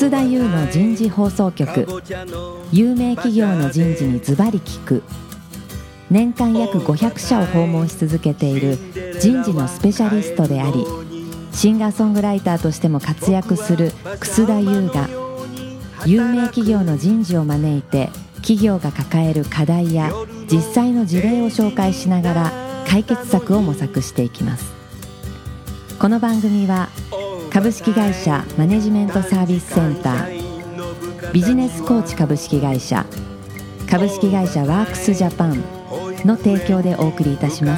楠田優の人事放送局。有名企業の人事にズバリ聞く。年間約500社を訪問し続けている人事のスペシャリストであり、シンガーソングライターとしても活躍する楠田優が、有名企業の人事を招いて企業が抱える課題や実際の事例を紹介しながら解決策を模索していきます。この番組は株式会社マネジメントサービスセンター、ビジネスコーチ株式会社、株式会社ワークスジャパンの提供でお送りいたします。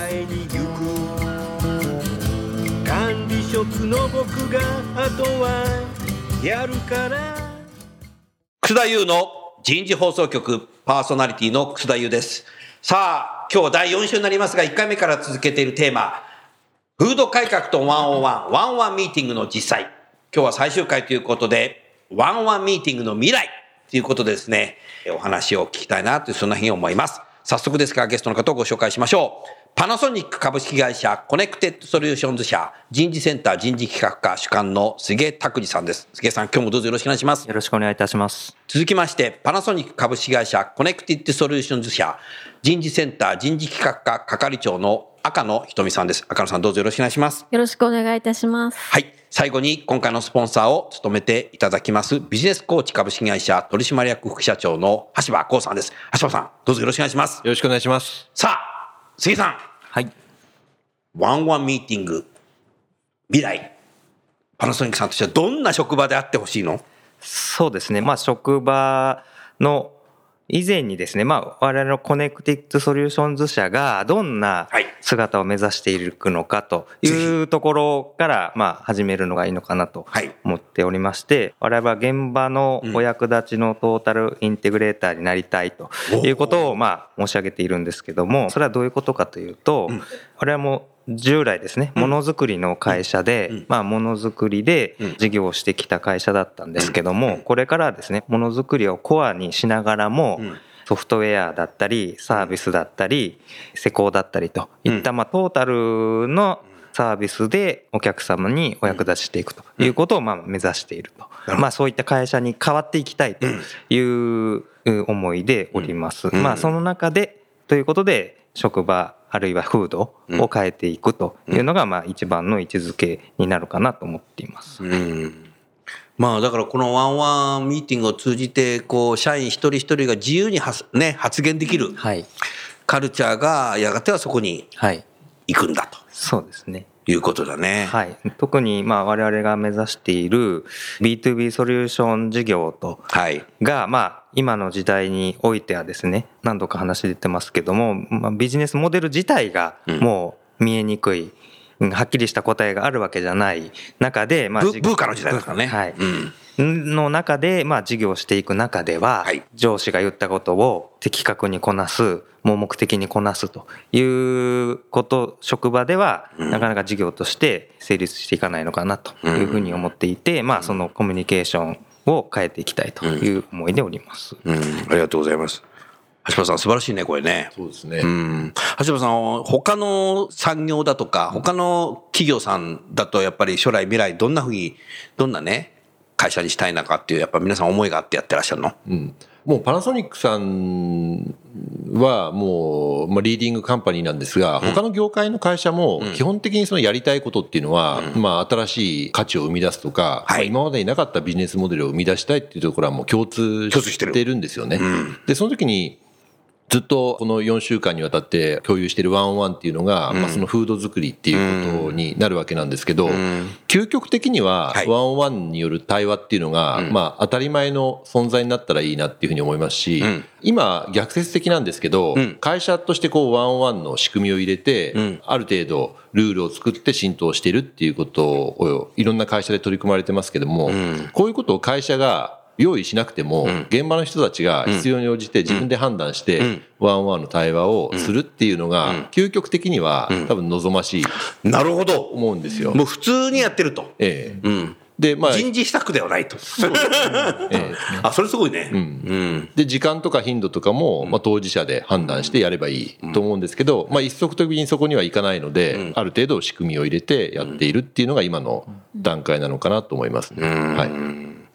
管理職の僕があとはやるから。 楠田優の人事放送局パーソナリティの楠田優です。さあ、今日は第4週になりますが、1回目から続けているテーマ、フード改革とワンオンワン、ワンオンワンミーティングの実際。今日は最終回ということで、ワンオンワンミーティングの未来ということでですね、お話を聞きたいなという、そんなふうに思います。早速ですが、ゲストの方をご紹介しましょう。パナソニック株式会社コネクテッドソリューションズ社人事センター人事企画課主幹の菅拓司さんです。菅さん、今日もどうぞよろしくお願いします。 よろしくお願いいたします。 続きまして、パナソニック株式会社コネクテッドソリューションズ社人事センター人事企画課係長の赤野ひとみさんです。赤野さん、どうぞよろしくお願いします。 よろしくお願いいたします。 はい。最後に今回のスポンサーを務めていただきますビジネスコーチ株式会社取締役副社長の橋場光さんです。橋場さん、どうぞよろしくお願いします。 よろしくお願いします。 さあ、杉さん。 はい。 ワンワンミーティング未来、パナソニックさんとしてはどんな職場であってほしいの？ そうですね。職場の以前にですね、我々のコネクティッドソリューションズ社がどんな姿を目指していくのかというところから始めるのがいいのかなと思っておりまして、我々は現場のお役立ちのトータルインテグレーターになりたいということを申し上げているんですけども、それはどういうことかというと、我々も従来ですね、ものづくりの会社で、ものづくりで事業をしてきた会社だったんですけども、これからですね、ものづくりをコアにしながらも、ソフトウェアだったり、サービスだったり、施工だったりといったトータルのサービスでお客様にお役立ちしていくということを目指していると。そういった会社に変わっていきたいという思いでおります。その中で、ということで、職場あるいは風土を変えていくというのが一番の位置づけになるかなと思っています。 だからこのワンワンミーティングを通じて社員一人一人が自由に発言できる、カルチャーがやがてはそこに行くんだと、 そうですね、 いうことだね。 特に我々が目指している B2B ソリューション事業とが今の時代においてはですね、何度か話出てますけども、ビジネスモデル自体がもう見えにくい、はっきりした答えがあるわけじゃない中で、 ブーカの時代だからね、 の中で事業をしていく中では、上司が言ったことを的確にこなす、盲目的にこなすということ、職場ではなかなか事業として成立していかないのかなというふうに思っていて、そのコミュニケーションを変えていきたいという思いでおります。 ありがとうございます。橋場さん、素晴らしいね、これね。 そうですね。 橋場さん、他の産業だとか他の企業さんだとやっぱり将来未来どんなね会社にしたいのかっていう、やっぱ皆さん思いがあってやってらっしゃるの？ もうパナソニックさんはもう、リーディングカンパニーなんですが、他の業界の会社も基本的にそのやりたいことっていうのは、新しい価値を生み出すとか、今までになかったビジネスモデルを生み出したいっていうところはもう共通してるんですよね。で、その時にずっとこの4週間にわたって共有しているワンオンワンっていうのが、そのフード作りっていうことになるわけなんですけど、究極的にはワンオンワンによる対話っていうのが、当たり前の存在になったらいいなっていうふうに思いますし、今逆説的なんですけど、会社としてワンオンワンの仕組みを入れて、ある程度ルールを作って浸透しているっていうことをいろんな会社で取り組まれてますけども、こういうことを会社が用意しなくても、現場の人たちが必要に応じて自分で判断してワンオンワンの対話をするっていうのが究極的には多分望ましい、 なるほど、 思うんですよ。 もう普通にやってると。 で、 人事施策ではないと。それすごいね。 で、時間とか頻度とかも当事者で判断してやればいいと思うんですけど、一足飛びにそこにはいかないので、ある程度仕組みを入れてやっているっていうのが今の段階なのかなと思いますね。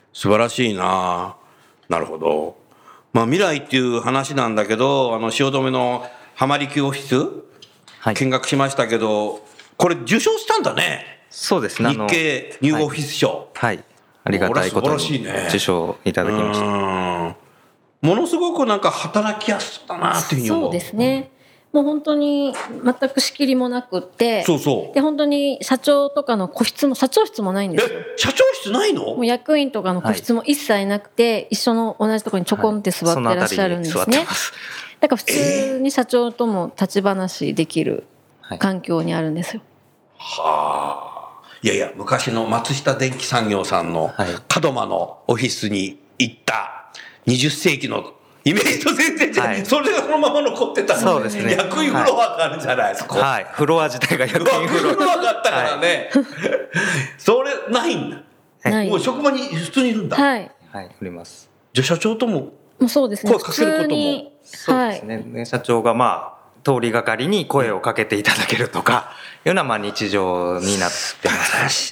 素晴らしいな。なるほど。まあ未来っていう話なんだけど、汐留の浜離宮オフィス、見学しましたけど、これ受賞したんだね。 そうですね。日経ニューオフィス賞。 はい。ありがたいことに受賞いただきました。 ものすごくなんか働きやすそうだなっていうふうに思う。 そうですね。もう本当に全く仕切りもなくって、で本当に社長とかの個室も社長室もないんですよ。 社長室ないの？ もう役員とかの個室も一切なくて、一緒の同じところにちょこんって座ってらっしゃるんですね。だから普通に社長とも立ち話できる環境にあるんですよ。 はあ。いやいや、昔の松下電器産業さんの門真のオフィスに行った20世紀のイメージと全然違う、それがそのまま残ってたの。 そうですね。 役員フロアがあるじゃないですか。 はい。フロア自体が役員フロア。 フロアがあったからね。それないんだ。もう職場に普通にいるんだ。 はい。 はい、おります。 じゃあ社長ともそうですね。 声かけることも。 そうですね。社長が通りがかりに声をかけていただけるとかいうような日常になってます。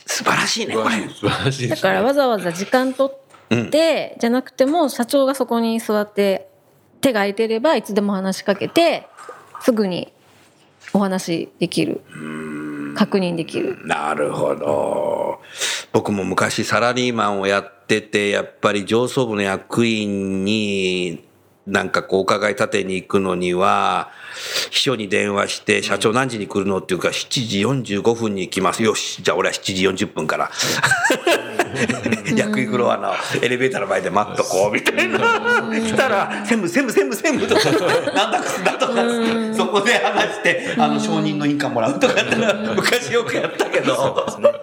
素晴らしいね、これ。素晴らしいですね。 だからわざわざ時間取ってじゃなくても社長がそこに座って手が空いてればいつでも話しかけてすぐにお話できる、確認できる。 なるほど。僕も昔サラリーマンをやってて、やっぱり上層部の役員になんかお伺い立てに行くのには秘書に電話して社長何時に来るのっていうか7時45分に来ます。よし、じゃあ俺は7時40分から役員フロアのエレベーターの前で待っとこうみたいな。来たら専務とかなんだかんだとかそこで話して承認の印鑑もらうとかって昔よくやったけど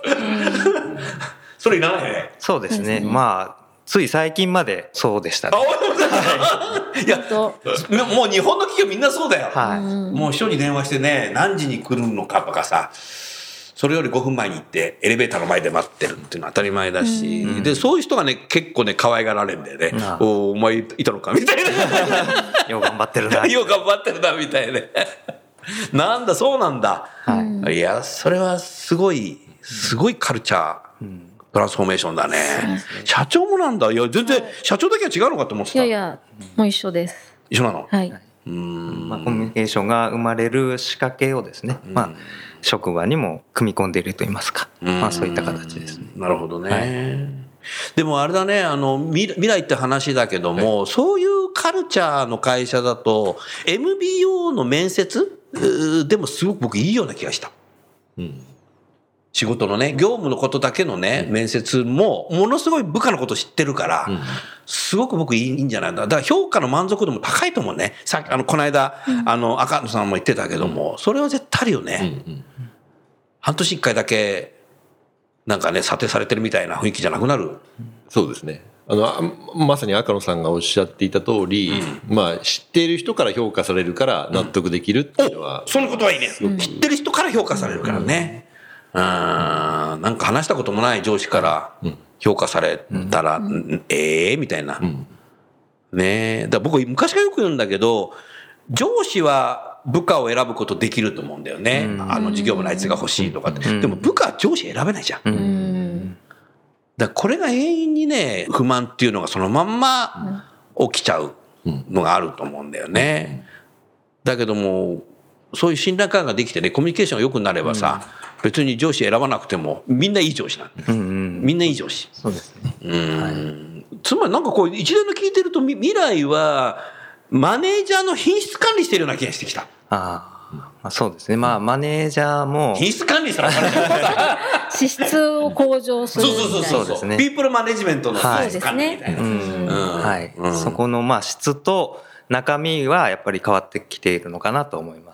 それいらないね。 そうですね。つい最近までそうでしたね。 いや、もう日本の企業みんなそうだよ。 はい。 もう秘書に電話してね、何時に来るのかとかさ、それより5分前に行ってエレベーターの前で待ってるっていうのは当たり前だし、で、そういう人がね、結構ね、可愛がられるんだよね。お前いたのかみたいな。 よう頑張ってるな。 よう頑張ってるな、みたいな。なんだ、そうなんだ。はい。いや、それはすごいカルチャー。トランスフォーメーションだね。社長もなんだ。いや、全然、社長だけは違うのかと思ってた。 いや、もう一緒です。 一緒なの？ はい。 コミュニケーションが生まれる仕掛けをですね、職場にも組み込んでいるといいますか、そういった形ですね。 なるほどね。でもあれだね、未来って話だけども、そういうカルチャーの会社だと、MBO の面接でもすごく僕いいような気がした。仕事のね、業務のことだけのね、面接も、ものすごい部下のこと知ってるから、すごく僕いいんじゃないんだ。だから評価の満足度も高いと思うね。さっき、この間、赤野さんも言ってたけども、それは絶対あるよね。半年一回だけ、なんかね、査定されてるみたいな雰囲気じゃなくなる。 そうですね。まさに赤野さんがおっしゃっていた通り、知っている人から評価されるから納得できるっていうのは。 そのことはいいね。知ってる人から評価されるからね。なんか話したこともない上司から評価されたら、みたいな。ねえ。だから僕昔からよく言うんだけど、上司は部下を選ぶことできると思うんだよね。事業部のあいつが欲しいとかって。でも部下は上司選べないじゃん。だからこれが永遠にね、不満っていうのがそのまんま起きちゃうのがあると思うんだよね。だけども、そういう信頼感ができてね、コミュニケーションが良くなればさ、別に上司選ばなくてもみんないい上司なんだ。みんないい上司。 そうですね。 つまりなんかこう一連の聞いてると未来はマネージャーの品質管理してるような気がしてきた。 そうですね。マネージャーも品質管理したら資質を向上するみたいな。 そうですね。 ピープルマネジメントの品質管理みたいな。 そこの質と中身はやっぱり変わってきているのかなと思います。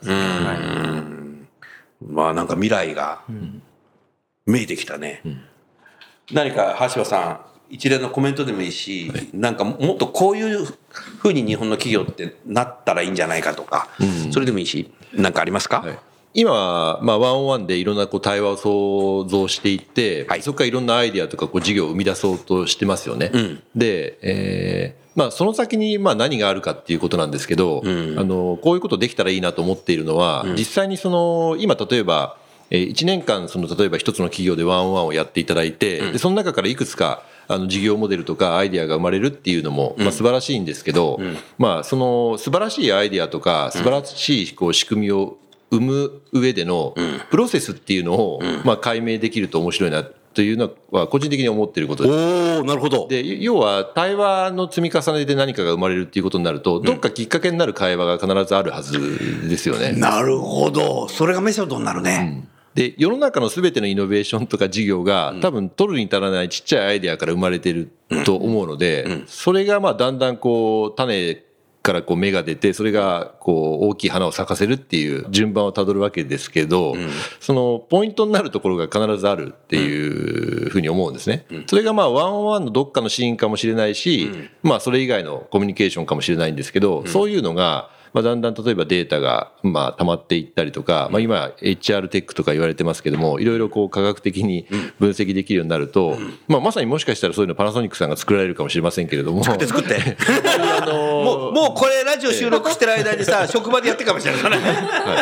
なんか未来が見えてきたね。何か橋場さん一連のコメントでもいいし、なんかもっとこういうふうに日本の企業ってなったらいいんじゃないかとか、それでもいいし、なんかありますか？ 今はワンオンワンでいろんな対話を想像していって、そこからいろんなアイデアとか事業を生み出そうとしてますよね。で、その先に何があるかっていうことなんですけど、こういうことできたらいいなと思っているのは、実際に今例えば1年間例えば一つの企業でワンオンワンをやっていただいて、でその中からいくつか事業モデルとかアイデアが生まれるっていうのも、素晴らしいんですけど、その素晴らしいアイデアとか素晴らしい仕組みを生む上でのプロセスっていうのを、解明できると面白いなというのは個人的に思っていることです。 おー、なるほど。 で、要は対話の積み重ねで何かが生まれるっていうことになると、どっかきっかけになる会話が必ずあるはずですよね。 なるほど。それがメソッドになるね。 で、世の中の全てのイノベーションとか事業が多分取るに足らないちっちゃいアイデアから生まれてると思うので、それがだんだん種から芽が出て、それが大きい花を咲かせるっていう順番をたどるわけですけど、そのポイントになるところが必ずあるっていうふうに思うんですね。それがワンオンワンのどっかのシーンかもしれないし、それ以外のコミュニケーションかもしれないんですけど、そういうのがだんだん例えばデータが溜まっていったりとか、今 HR テックとか言われてますけども、いろいろ科学的に分析できるようになると、まさにもしかしたらそういうのパナソニックさんが作られるかもしれませんけれども、 作ってもうこれラジオ収録してる間にさ、職場でやってるかもしれないからね。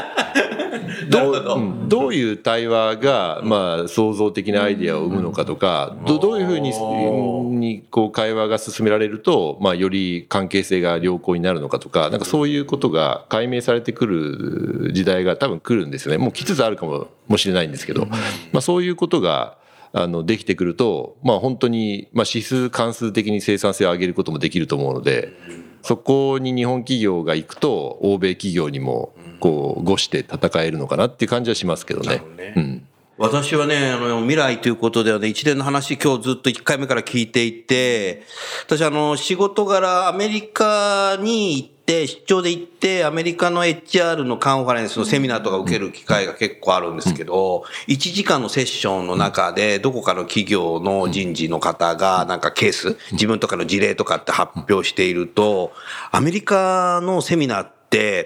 どういう対話が創造的なアイデアを生むのかとか、どういうふうに会話が進められるとより関係性が良好になるのかとか、そういうことが解明されてくる時代が多分来るんですよね。もう来つつあるかもしれないんですけど、そういうことができてくると、本当に指数関数的に生産性を上げることもできると思うので、そこに日本企業が行くと欧米企業にも伍して戦えるのかなっていう感じはしますけどね。 私はね、未来ということではね、一連の話今日ずっと1回目から聞いていて、私仕事柄アメリカに行って、出張で行って、アメリカの HR のカンファレンスのセミナーとか受ける機会が結構あるんですけど、1時間のセッションの中で、どこかの企業の人事の方がケース、自分とかの事例とかって発表していると、アメリカのセミナーって、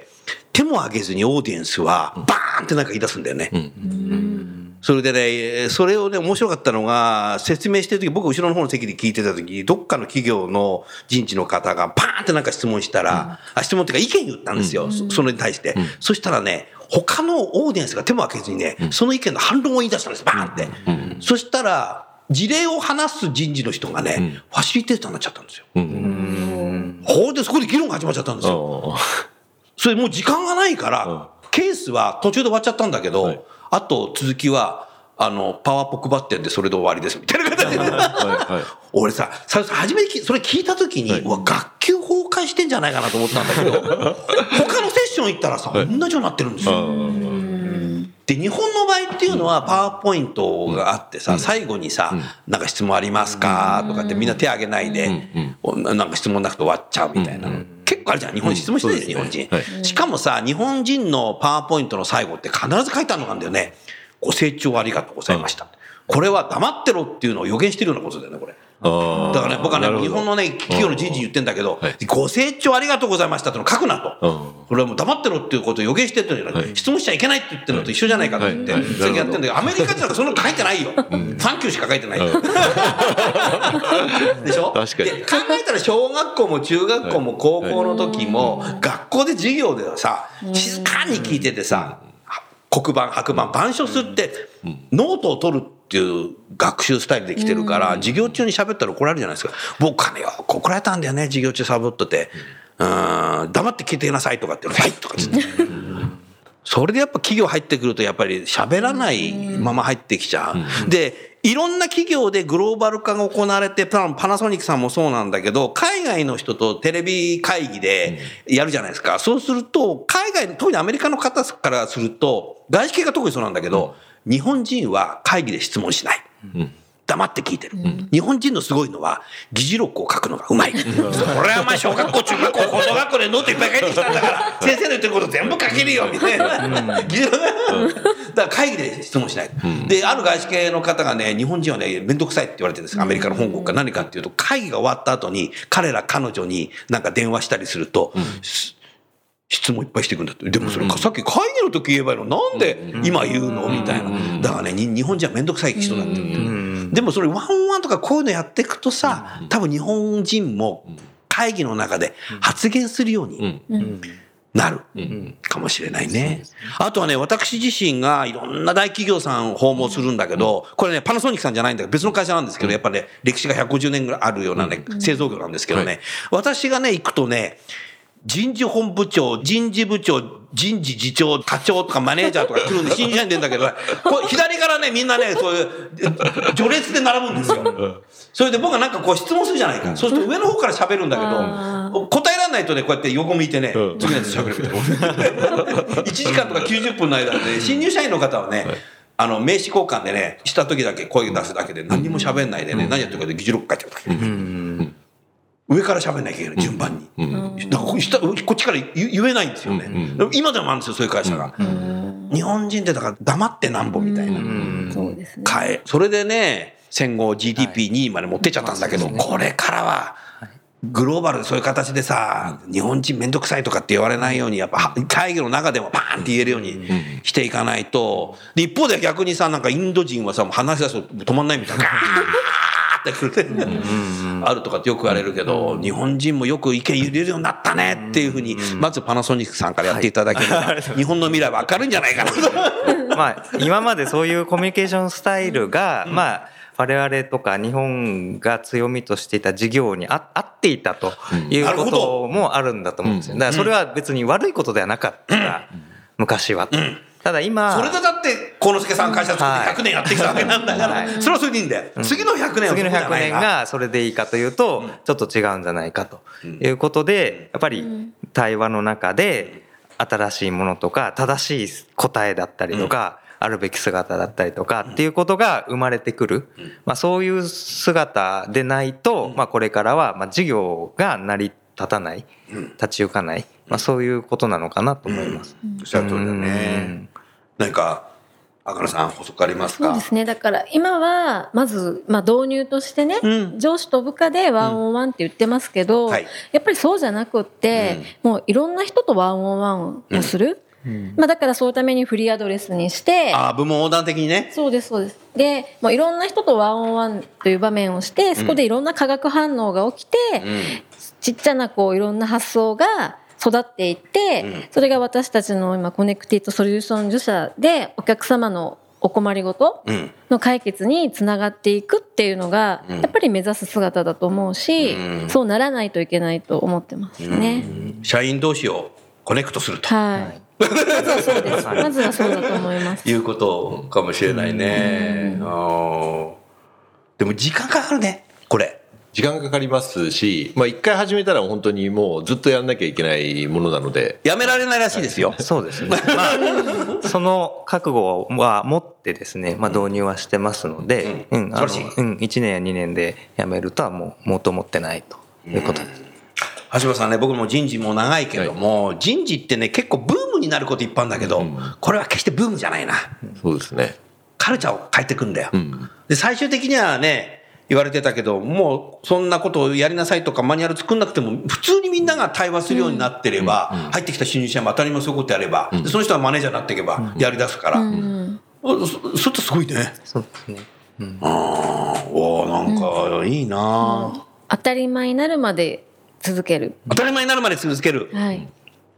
手も挙げずにオーディエンスはバーンって言い出すんだよね。それでね、それをね、面白かったのが、説明してるとき、僕後ろの方の席で聞いてたとき、どっかの企業の人事の方がパーンって質問したら、質問っていうか意見言ったんですよ。それに対して。そしたらね、他のオーディエンスが手も開けずにね、その意見の反論を言い出したんです、バーンって。そしたら、事例を話す人事の人がね、ファシリテーターになっちゃったんですよ。そこで議論が始まっちゃったんですよ。それもう時間がないから、ケースは途中で終わっちゃったんだけど、あと続きはパワポ配ってんでそれで終わりですみたいな形で俺さ初めそれ聞いた時に、学級崩壊してんじゃないかなと思ったんだけど他のセッション行ったらさ、同じようになってるんですよ。で日本の場合っていうのはパワーポイントがあってさ、最後にさ、質問ありますかとかってみんな手挙げないで、質問なくて終わっちゃうみたいなの結構あるじゃん。日本人質問してるよ、日本人。しかもさ、日本人のパワーポイントの最後って必ず書いてあるのがあるんだよね。ご清聴ありがとうございました。これは黙ってろっていうのを予言してるようなことだよね、これ。だからね、僕はね、日本のね、企業の人事言ってんだけど、ご清聴ありがとうございましたってのを書くなと。これはもう黙ってろっていうことを予言してってるのに、質問しちゃいけないって言ってるのと一緒じゃないかって言って、それやってんだけど、アメリカってなんかそんなの書いてないよ。サンキューしか書いてない。でしょ？確かに。で、考えたら小学校も中学校も高校の時も、学校で授業ではさ、静かに聞いててさ、黒板、白板、板書すってノートを取るっていう学習スタイルで来てるから、授業中に喋ったら怒られるじゃないですか。僕はね、怒られたんだよね、授業中サボってて。黙って聞いてくださいとかって、はいとかって言って。それでやっぱ企業入ってくるとやっぱり喋らないまま入ってきちゃう。で、いろんな企業でグローバル化が行われて、パナソニックさんもそうなんだけど、海外の人とテレビ会議でやるじゃないですか。そうすると、海外、特にアメリカの方からすると、外資系が特にそうなんだけど、日本人は会議で質問しない。黙って聞いてる。日本人のすごいのは、議事録を書くのがうまい。それはお前小学校、中学校、高等学校でノートいっぱい書いてきたんだから、先生の言ってること全部書けるよ、みたいな。議事録だから会議で質問しない。で、ある外資系の方がね、日本人はね、めんどくさいって言われてるんです。アメリカの本国か何かっていうと、会議が終わった後に、彼女になんか電話したりすると、質問いっぱいしていくんだって。でもそれさっき会議の時言えばいいのなんで今言うのみたいな。だからね、日本人はめんどくさい人だって言ってる。でもそれワンオンワンとかこういうのやっていくとさ、多分日本人も会議の中で発言するようになる、かもしれないね。あとはね、私自身がいろんな大企業さんを訪問するんだけど、これね、パナソニックさんじゃないんだけど、別の会社なんですけど、やっぱね、歴史が150年ぐらいあるようなね、製造業なんですけどね、私がね、行くとね、人事本部長、人事部長、人事次長、課長とかマネージャーとか来るんで、新入社員出るんだけど、左からね、みんなね、そういう、序列で並ぶんですよ。それで僕がなんかこう質問するじゃないか。そうすると上の方から喋るんだけど、答えられないとね、こうやって横向いてね、次のやつ喋るみたいな。1時間とか90分の間で、新入社員の方はね、名刺交換でね、した時だけ声出すだけで何にも喋んないでね、何やってるかで議事録書いてるだけ。上から喋んなきゃいけない、順番に。だからこっちから言えないんですよね。今でもあるんですよ、そういう会社が。日本人ってだから黙ってなんぼみたいな。 そうですね。 それでね、戦後 GDP2 位まで持ってっちゃったんだけど、これからは、グローバルでそういう形でさ、日本人めんどくさいとかって言われないように、やっぱ会議の中でもバーンって言えるようにしていかないと、で一方で逆にさ、なんかインド人はさ、話し出すと止まんないみたいな。あるとかってよく言われるけど、日本人もよく意見言えるようになったねっていうふうに、まずパナソニックさんからやっていただければ、日本の未来は明るいんじゃないかなと。 まあ今までそういうコミュニケーションスタイルが、まあ我々とか日本が強みとしていた事業に合っていたということもあるんだと思うんですよ。だからそれは別に悪いことではなかった、昔は。ただ今それでだって幸之助さん会社作って100年やってきたわけなんだから、それはそれでいいんだよ。次の100年は次の100年がそれでいいかというとちょっと違うんじゃないかということで、やっぱり対話の中で新しいものとか正しい答えだったりとか、あるべき姿だったりとかっていうことが生まれてくる、まあ、そういう姿でないと、まあ、これからはまあ事業が成り立たない、立ち行かない、まあ、そういうことなのかなと思います。 おっしゃる通りだね。何か赤野さん補足ありますか？ そうですね。だから今はまず導入としてね、上司と部下でワンオンワンって言ってますけど、やっぱりそうじゃなくって、もういろんな人とワンオンワンをする。だからそのためにフリーアドレスにして、 部門横断的にね。 そうですそうです。でもういろんな人とワンオンワンという場面をして、そこでいろんな化学反応が起きて、ちっちゃなこういろんな発想が育っていって、それが私たちの今コネクティッドソリューション自社でお客様のお困りごとの解決につながっていくっていうのがやっぱり目指す姿だと思うし、そうならないといけないと思ってますね。 社員同士をコネクトすると。 まずはそうです。まずはそうだと思います。 いうことかもしれないね。でも時間かかるね、これ。 時間かかりますし、一回始めたら本当にもうずっとやんなきゃいけないものなので。 やめられないらしいですよ。 そうですね。その覚悟は持ってですね、導入はしてますので、1年や2年でやめるとはもうと思ってないということです。 橋本さんね、僕も人事も長いけども、人事ってね、結構ブームになることいっぱいあるんだけど、これは決してブームじゃないな。 そうですね。 カルチャーを変えてくんだよ。で、最終的にはね、言われてたけど、もうそんなことをやりなさいとかマニュアル作んなくても、普通にみんなが対話するようになってれば、入ってきた新入社員も当たり前そういうことやれば、その人はマネージャーになっていけば、やり出すから。それってすごいね。 そうですね。 なんかいいな。 当たり前になるまで続ける。 当たり前になるまで続ける。 はい。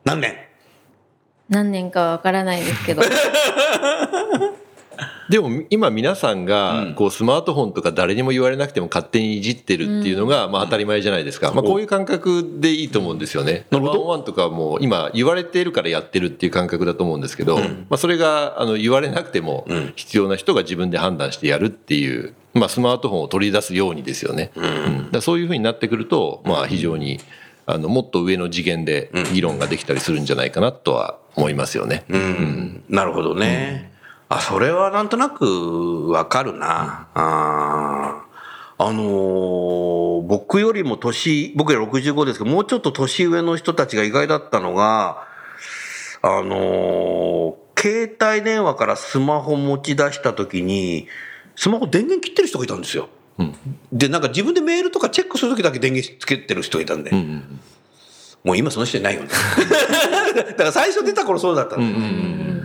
何年かわからないですけど。 でも今皆さんがこうスマートフォンとか誰にも言われなくても勝手にいじってるっていうのが当たり前じゃないですか。こういう感覚でいいと思うんですよね。ワンオンワンとかも今言われているからやってるっていう感覚だと思うんですけど、それが言われなくても必要な人が自分で判断してやるっていう、スマートフォンを取り出すようにですよね。だそういうふうになってくると非常にもっと上の次元で議論ができたりするんじゃないかなとは思いますよね。 なるほどね。それはなんとなくわかるな。僕よりも僕より65ですけど、もうちょっと年上の人たちが意外だったのが、携帯電話からスマホ持ち出した時に、スマホ電源切ってる人がいたんですよ。で、なんか自分でメールとかチェックする時だけ電源つけてる人がいたんで。もう今その人いないよね。だから最初出た頃そうだったんだよね。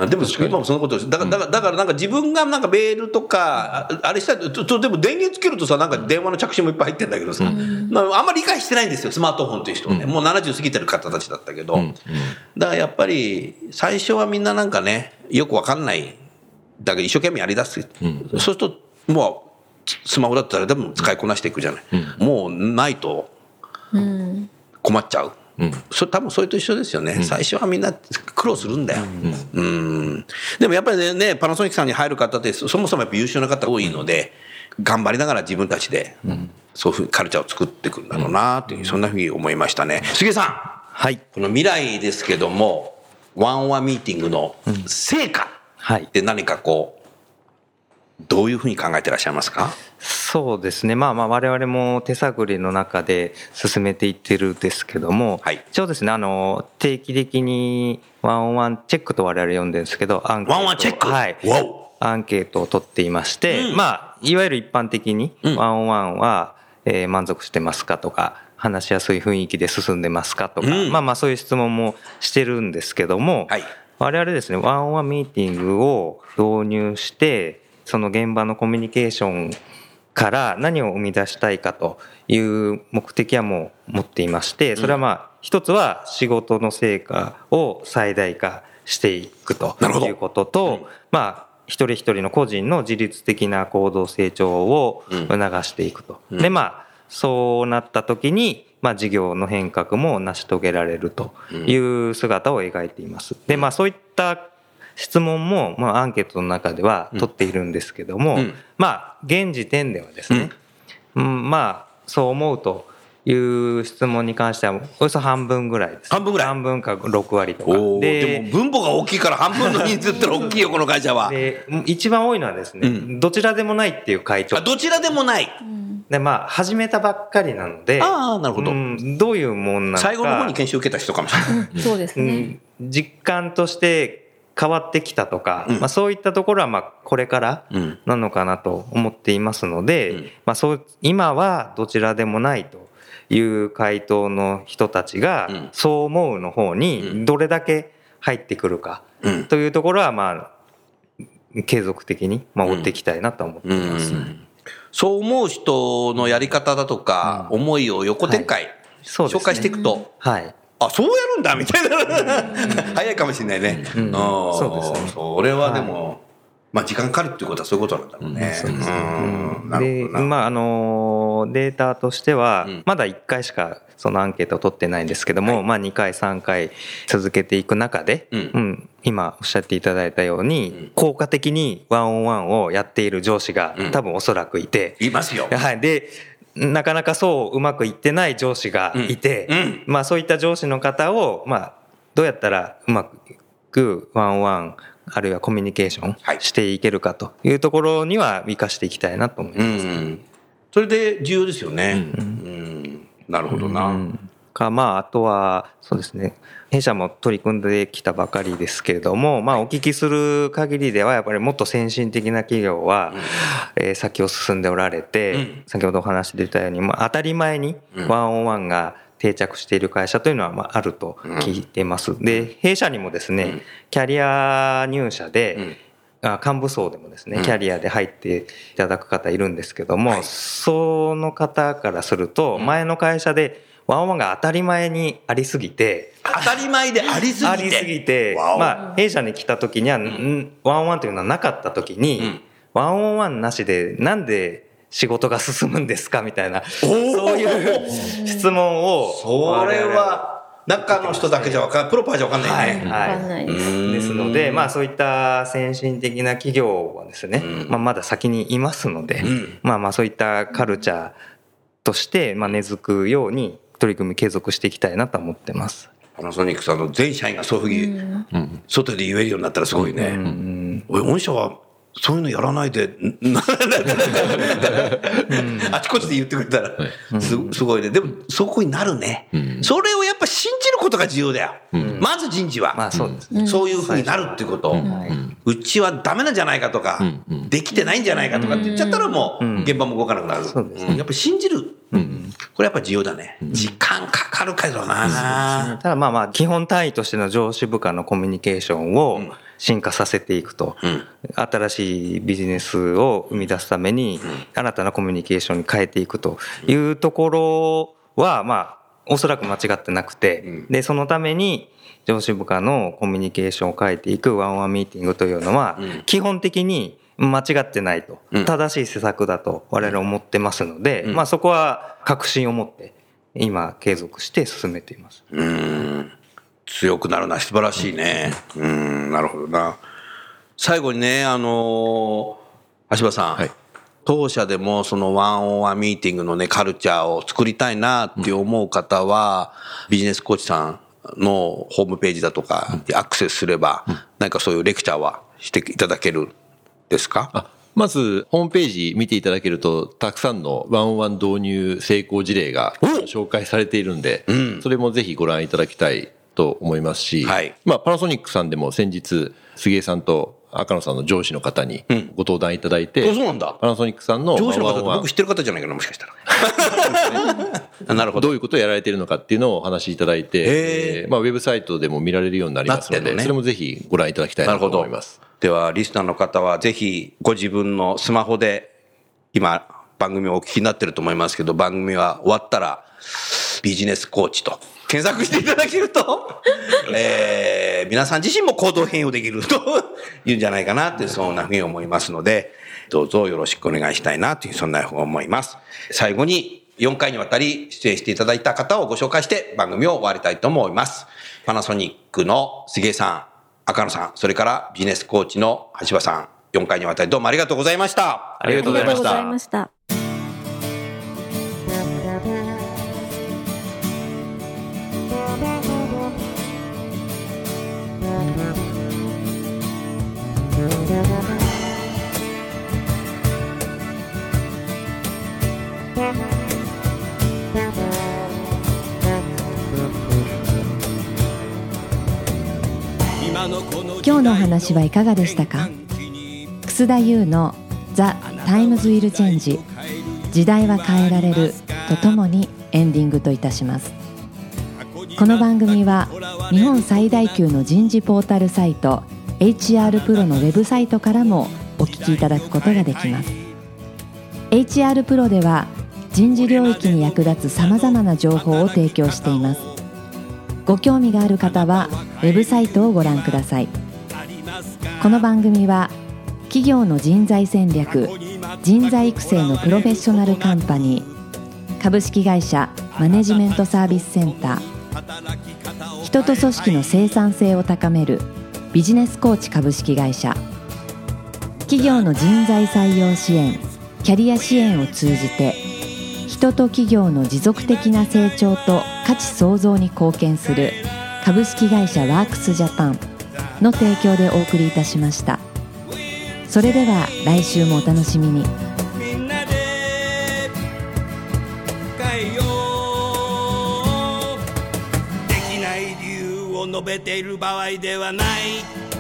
でも今もそのことです。だからなんか自分がなんかメールとかあれしたらでも電源つけるとさ、なんか電話の着信もいっぱい入ってんだけどさ、あんまり理解してないんですよ、スマートフォンという人はね。もう70過ぎてる方たちだったけど、だからやっぱり最初はみんななんかね、よくわかんないだけど一生懸命やりだす。そうするともうスマホだったらでも使いこなしていくじゃない。もうないと困っちゃう。多分それと一緒ですよね、最初はみんな苦労するんだよ、でもやっぱりね、パナソニックさんに入る方ってそもそもやっぱ優秀な方多いので、頑張りながら自分たちでそういうふうにカルチャーを作っていくんだろうなという、そんなふうに思いましたね。杉江さん、 はい、 この未来ですけども、ワンオンワンミーティングの成果って何かこうどういうふうに考えてらっしゃいますか？ そうですね、我々も手探りの中で進めていってるんですけども、一応ですね、定期的にワンオンワンチェックと我々呼んでるんですけど、 ワンオンワンチェック、 アンケートを取っていまして、いわゆる一般的にワンオンワンは満足してますかとか、話しやすい雰囲気で進んでますかとか、そういう質問もしてるんですけども、我々ですね、ワンオンワンミーティングを導入して、その現場のコミュニケーションから何を生み出したいかという目的はもう持っていまして、それは一つは仕事の成果を最大化していくということと、一人一人の個人の自律的な行動成長を促していくと。でそうなった時に事業の変革も成し遂げられるという姿を描いています。でそういった質問もアンケートの中では取っているんですけども、現時点ではですね、そう思うという質問に関してはおよそ半分ぐらいです。半分か6割とかでも分母が大きいから半分の人数ってのは大きいよこの会社は。 で一番多いのはですね、どちらでもないっていう回答。 どちらでもない。 で始めたばっかりなので、 なるほど、 どういうもんなのか、 最後の方に研修受けた人かもしれない、 そうですね、 実感として変わってきたとか、そういったところはこれからなのかなと思っていますので、今はどちらでもないという回答の人たちがそう思うの方にどれだけ入ってくるかというところは継続的に追っていきたいなと思っています。 そう思う人のやり方だとか思いを横展開、紹介していくと、そうやるんだみたいな早いかもしれないね。そうですね。それはでも、時間かかるっていうことはそういうことなんだろうね。 で、データとしてはまだ1回しかそのアンケートを取ってないんですけども、2回3回続けていく中で、今おっしゃっていただいたように効果的にワンオンワンをやっている上司が多分おそらくいて、 いますよ。 でなかなかそううまくいってない上司がいて、そういった上司の方をどうやったらうまくワンオンワンあるいはコミュニケーションしていけるかというところには生かしていきたいなと思います。 それで重要ですよね。なるほどな。 あとはそうですね、弊社も取り組んできたばかりですけれども、お聞きする限りではやっぱりもっと先進的な企業は先を進んでおられて、先ほどお話し出たように当たり前にワンオンワンが定着している会社というのはあると聞いています。で弊社にもですね、キャリア入社で幹部層でもですね、キャリアで入っていただく方いるんですけども、その方からすると前の会社でワンオンワンが当たり前にありすぎて、 当たり前でありすぎて、 弊社に来た時にはワンオンワンというのはなかった時に、ワンオンワンなしでなんで仕事が進むんですかみたいな、そういう質問を。 それは中の人だけじゃ分かんない、プロパーじゃ分かんないね。 分かんないです。 ですので、そういった先進的な企業はですね、まだ先にいますので、そういったカルチャーとして根付くように取り組み継続していきたいなと思ってます。 パナソニックさんの全社員がそういうふうに外で言えるようになったらすごいね。御社はそういうのやらないであちこちで言ってくれたらすごいね。でもそこになるね。それをやっぱ信じることが重要だよ。まず人事はそういうふうになるっていうこと。うちはダメなんじゃないかとかできてないんじゃないかとかって言っちゃったらもう現場も動かなくなる。やっぱ信じる、これやっぱ重要だね。時間かかるけどな。 ただ基本単位としての上司部下のコミュニケーションを進化させていくと、新しいビジネスを生み出すために新たなコミュニケーションに変えていくというところはまあおそらく間違ってなくて、でそのために上司部下のコミュニケーションを変えていくワンワンミーティングというのは基本的に間違ってないと、正しい施策だと我々思ってますので、まあそこは確信を持って今継続して進めています。 強くなるな、素晴らしいね。なるほどな。最後にね、橋場さん、はい、当社でもそのワンオンワンミーティングのねカルチャーを作りたいなって思う方は、ビジネスコーチさんのホームページだとかにアクセスすれば、何かそういうレクチャーはしていただけるですか？ まずホームページ見ていただけるとたくさんのワンオンワン導入成功事例が紹介されているんで、それもぜひご覧いただきたいと思いますし、はい、まあパナソニックさんでも先日杉江さんと赤野さんの上司の方にご登壇いただいて、 そうなんだ。 パナソニックさんの上司の方って僕知ってる方じゃないかな、もしかしたら。なるほど。 どういうことをやられているのかっていうのをお話しいただいて、まあウェブサイトでも見られるようになりますので、それもぜひご覧いただきたいなと思います。 ではリスナーの方はぜひご自分のスマホで今番組をお聞きになってると思いますけど、番組は終わったらビジネスコーチと検索していただけると、皆さん自身も行動変容できるというんじゃないかなってそんなふうに思いますので、どうぞよろしくお願いしたいなというそんなふうに思います。最後に4回にわたり出演していただいた方をご紹介して番組を終わりたいと思います。パナソニックの杉江さん、赤野さん、それからビジネスコーチの橋場さん、4回にわたりどうもありがとうございました。 ありがとうございました。 今日のお話はいかがでしたか？楠田優の The Times Will Change 時代は変えられるとともにエンディングといたします。この番組は日本最大級の人事ポータルサイト HR プロのウェブサイトからもお聞きいただくことができます。 HR プロでは人事領域に役立つさまざまな情報を提供しています。ご興味がある方はウェブサイトをご覧ください。この番組は企業の人材戦略、人材育成のプロフェッショナルカンパニー、株式会社マネジメントサービスセンター、人と組織の生産性を高めるビジネスコーチ株式会社、企業の人材採用支援、キャリア支援を通じて人と企業の持続的な成長と価値創造に貢献する株式会社ワークスジャパンの提供でお送りいたしました。それでは来週もお楽しみに。 みんなで変えよう。できない理由を述べている場合ではない。